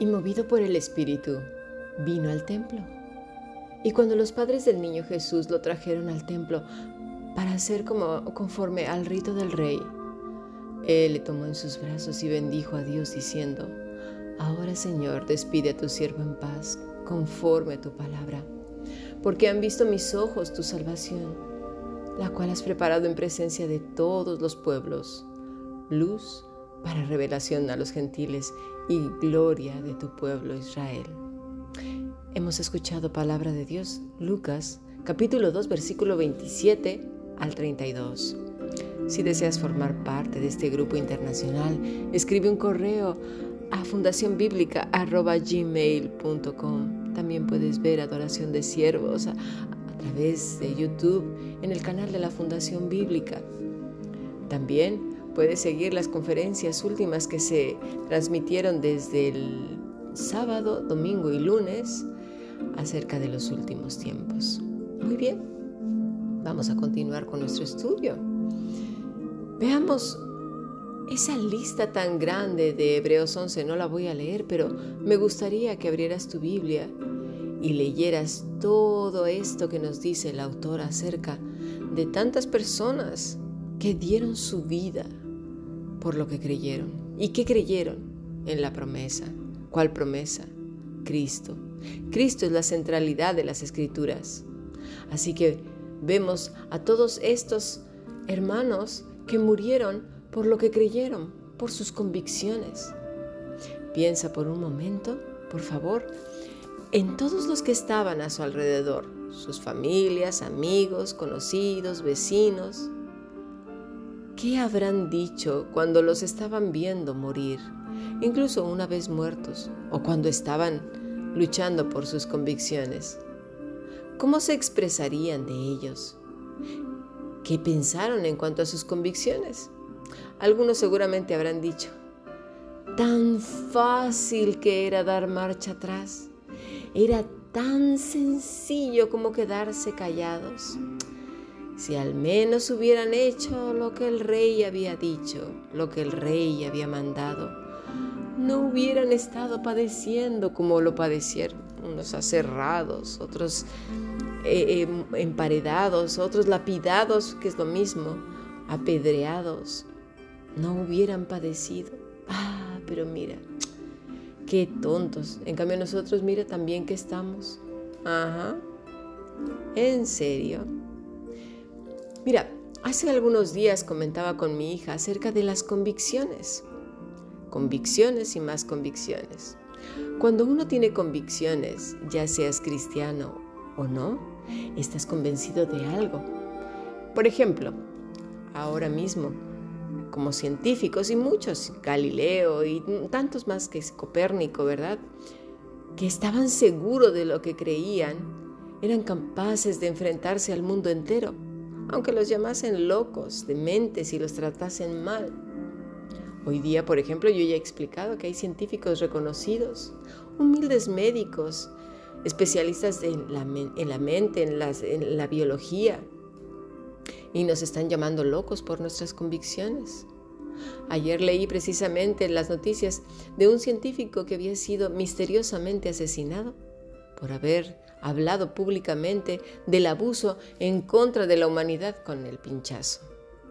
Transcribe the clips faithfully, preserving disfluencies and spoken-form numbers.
movido por el Espíritu, vino al templo. Y cuando los padres del niño Jesús lo trajeron al templo para hacer como conforme al rito del rey, él le tomó en sus brazos y bendijo a Dios diciendo: Ahora, Señor, despide a tu siervo en paz, conforme a tu palabra, porque han visto mis ojos tu salvación, la cual has preparado en presencia de todos los pueblos, luz para revelación a los gentiles y gloria de tu pueblo Israel. Hemos escuchado palabra de Dios, Lucas, capítulo dos, versículo veintisiete al treinta y dos. Si deseas formar parte de este grupo internacional, escribe un correo a fundación bíblica arroba gmail punto com. También puedes ver Adoración de Siervos a, a través de YouTube en el canal de la Fundación Bíblica. También puedes seguir las conferencias últimas que se transmitieron desde el sábado, domingo y lunes acerca de los últimos tiempos. Muy bien, vamos a continuar con nuestro estudio. Veamos esa lista tan grande de Hebreos once, no la voy a leer, pero me gustaría que abrieras tu Biblia y leyeras todo esto que nos dice el autor acerca de tantas personas que dieron su vida por lo que creyeron. ¿Y qué creyeron? En la promesa. ¿Cuál promesa? Cristo. Cristo es la centralidad de las Escrituras. Así que vemos a todos estos hermanos que murieron por lo que creyeron, por sus convicciones. Piensa por un momento, por favor, en todos los que estaban a su alrededor, sus familias, amigos, conocidos, vecinos. ¿Qué habrán dicho cuando los estaban viendo morir, incluso una vez muertos, o cuando estaban luchando por sus convicciones? ¿Cómo se expresarían de ellos? ¿Qué pensaron en cuanto a sus convicciones? Algunos seguramente habrán dicho: tan fácil que era dar marcha atrás, era tan sencillo como quedarse callados. Si al menos hubieran hecho lo que el rey había dicho, lo que el rey había mandado, no hubieran estado padeciendo como lo padecieron, unos aserrados, otros eh, eh, emparedados, otros lapidados, que es lo mismo, apedreados. No hubieran padecido. Ah, pero mira, qué tontos. En cambio nosotros, mira también que estamos. Ajá, ¿en serio? Mira, hace algunos días comentaba con mi hija acerca de las convicciones. Convicciones y más convicciones. Cuando uno tiene convicciones, ya seas cristiano o no, estás convencido de algo. Por ejemplo, ahora mismo, como científicos y muchos, Galileo y tantos más que Copérnico, ¿verdad?, que estaban seguros de lo que creían, eran capaces de enfrentarse al mundo entero, aunque los llamasen locos, dementes y los tratasen mal. Hoy día, por ejemplo, yo ya he explicado que hay científicos reconocidos, humildes médicos, especialistas en la, en la mente, en, las, en la biología, y nos están llamando locos por nuestras convicciones. Ayer leí precisamente en las noticias de un científico que había sido misteriosamente asesinado por haber hablado públicamente del abuso en contra de la humanidad con el pinchazo.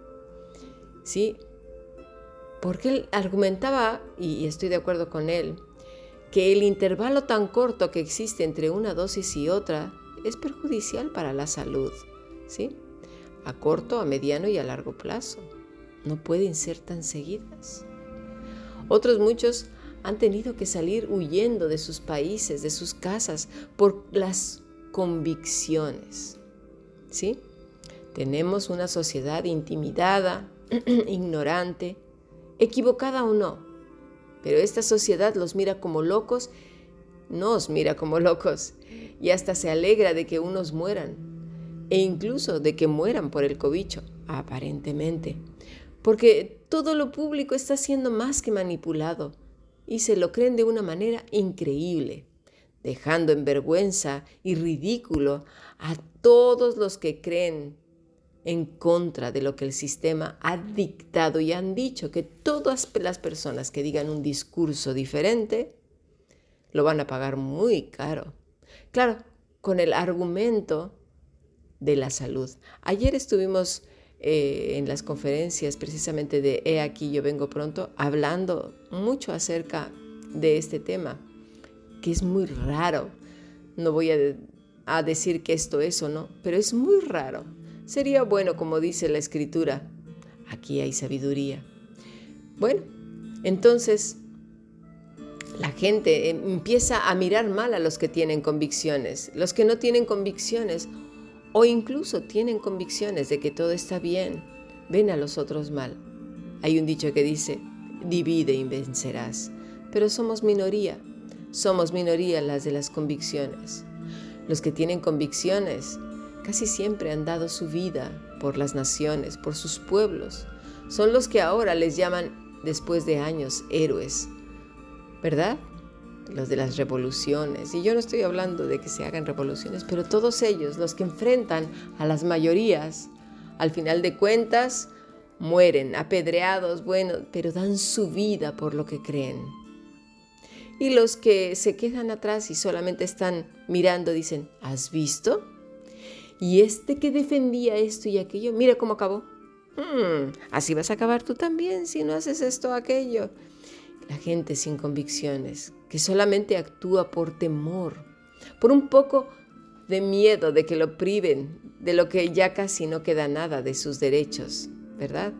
Sí, porque él argumentaba, y estoy de acuerdo con él, que el intervalo tan corto que existe entre una dosis y otra es perjudicial para la salud, ¿sí?, a corto, a mediano y a largo plazo. No pueden ser tan seguidas. Otros muchos han tenido que salir huyendo de sus países, de sus casas, por las convicciones, ¿sí? Tenemos una sociedad intimidada, ignorante, equivocada o no, pero esta sociedad los mira como locos, nos mira como locos, y hasta se alegra de que unos mueran, e incluso de que mueran por el cobicho, aparentemente, porque todo lo público está siendo más que manipulado y se lo creen de una manera increíble, dejando en vergüenza y ridículo a todos los que creen en contra de lo que el sistema ha dictado, y han dicho que todas las personas que digan un discurso diferente lo van a pagar muy caro. Claro, con el argumento de la salud. Ayer estuvimos eh, en las conferencias precisamente de He aquí yo vengo pronto, hablando mucho acerca de este tema, que es muy raro. No voy a, de, a decir que esto es o no, pero es muy raro. Sería bueno, como dice la Escritura, aquí hay sabiduría. Bueno, entonces la gente empieza a mirar mal a los que tienen convicciones. Los que no tienen convicciones o incluso tienen convicciones de que todo está bien, ven a los otros mal. Hay un dicho que dice, divide y vencerás. Pero somos minoría, somos minoría las de las convicciones. Los que tienen convicciones casi siempre han dado su vida por las naciones, por sus pueblos. Son los que ahora les llaman, después de años, héroes, ¿verdad? Los de las revoluciones. Y yo no estoy hablando de que se hagan revoluciones, pero todos ellos, los que enfrentan a las mayorías, al final de cuentas, mueren apedreados, bueno, pero dan su vida por lo que creen. Y los que se quedan atrás y solamente están mirando, dicen, ¿has visto? Y este que defendía esto y aquello, mira cómo acabó. Hmm, así vas a acabar tú también si no haces esto o aquello. La gente sin convicciones, que solamente actúa por temor, por un poco de miedo de que lo priven de lo que ya casi no queda nada de sus derechos, ¿verdad?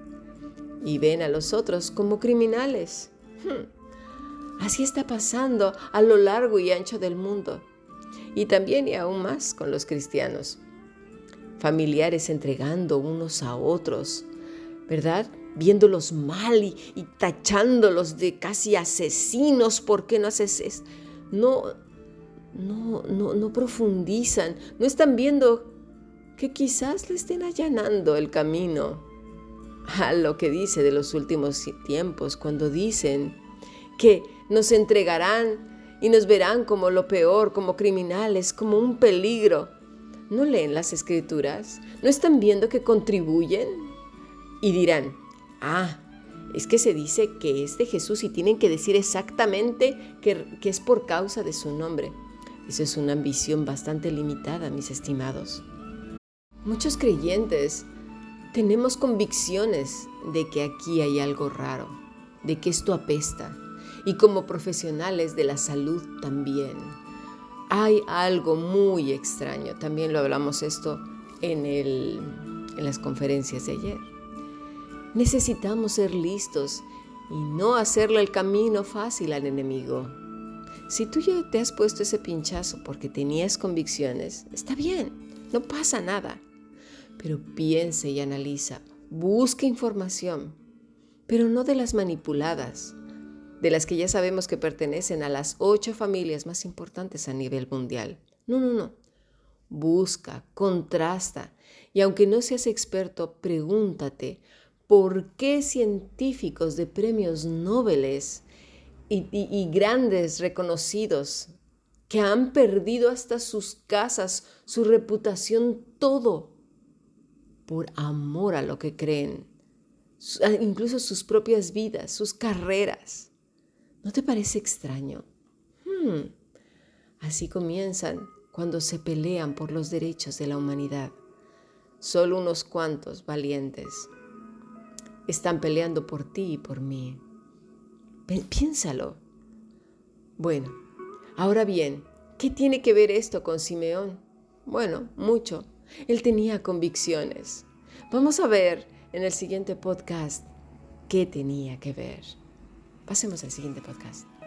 Y ven a los otros como criminales. Hmm. Así está pasando a lo largo y ancho del mundo. Y también y aún más con los cristianos. Familiares entregando unos a otros, ¿verdad? Viéndolos mal y, y tachándolos de casi asesinos. ¿Por qué no haces eso? No, no, no, no profundizan. No están viendo que quizás le estén allanando el camino a lo que dice de los últimos tiempos, cuando dicen que nos entregarán y nos verán como lo peor, como criminales, como un peligro. ¿No leen las Escrituras? ¿No están viendo que contribuyen? Y dirán, ah, es que se dice que es de Jesús y tienen que decir exactamente que, que es por causa de su nombre. Eso es una ambición bastante limitada, mis estimados. Muchos creyentes tenemos convicciones de que aquí hay algo raro, de que esto apesta. Y como profesionales de la salud también. Hay algo muy extraño. También lo hablamos esto en, el, en las conferencias de ayer. Necesitamos ser listos y no hacerle el camino fácil al enemigo. Si tú ya te has puesto ese pinchazo porque tenías convicciones, está bien, no pasa nada. Pero piensa y analiza, busca información, pero no de las manipuladas, de las que ya sabemos que pertenecen a las ocho familias más importantes a nivel mundial. No, no, no. Busca, contrasta, y aunque no seas experto, pregúntate por qué científicos de premios Nobel y, y, y grandes reconocidos que han perdido hasta sus casas, su reputación, todo, por amor a lo que creen, incluso sus propias vidas, sus carreras. ¿No te parece extraño? Hmm. Así comienzan cuando se pelean por los derechos de la humanidad. Solo unos cuantos valientes están peleando por ti y por mí. Piénsalo. Bueno, ahora bien, ¿qué tiene que ver esto con Simeón? Bueno, mucho. Él tenía convicciones. Vamos a ver en el siguiente podcast qué tenía que ver. Pasemos al siguiente podcast.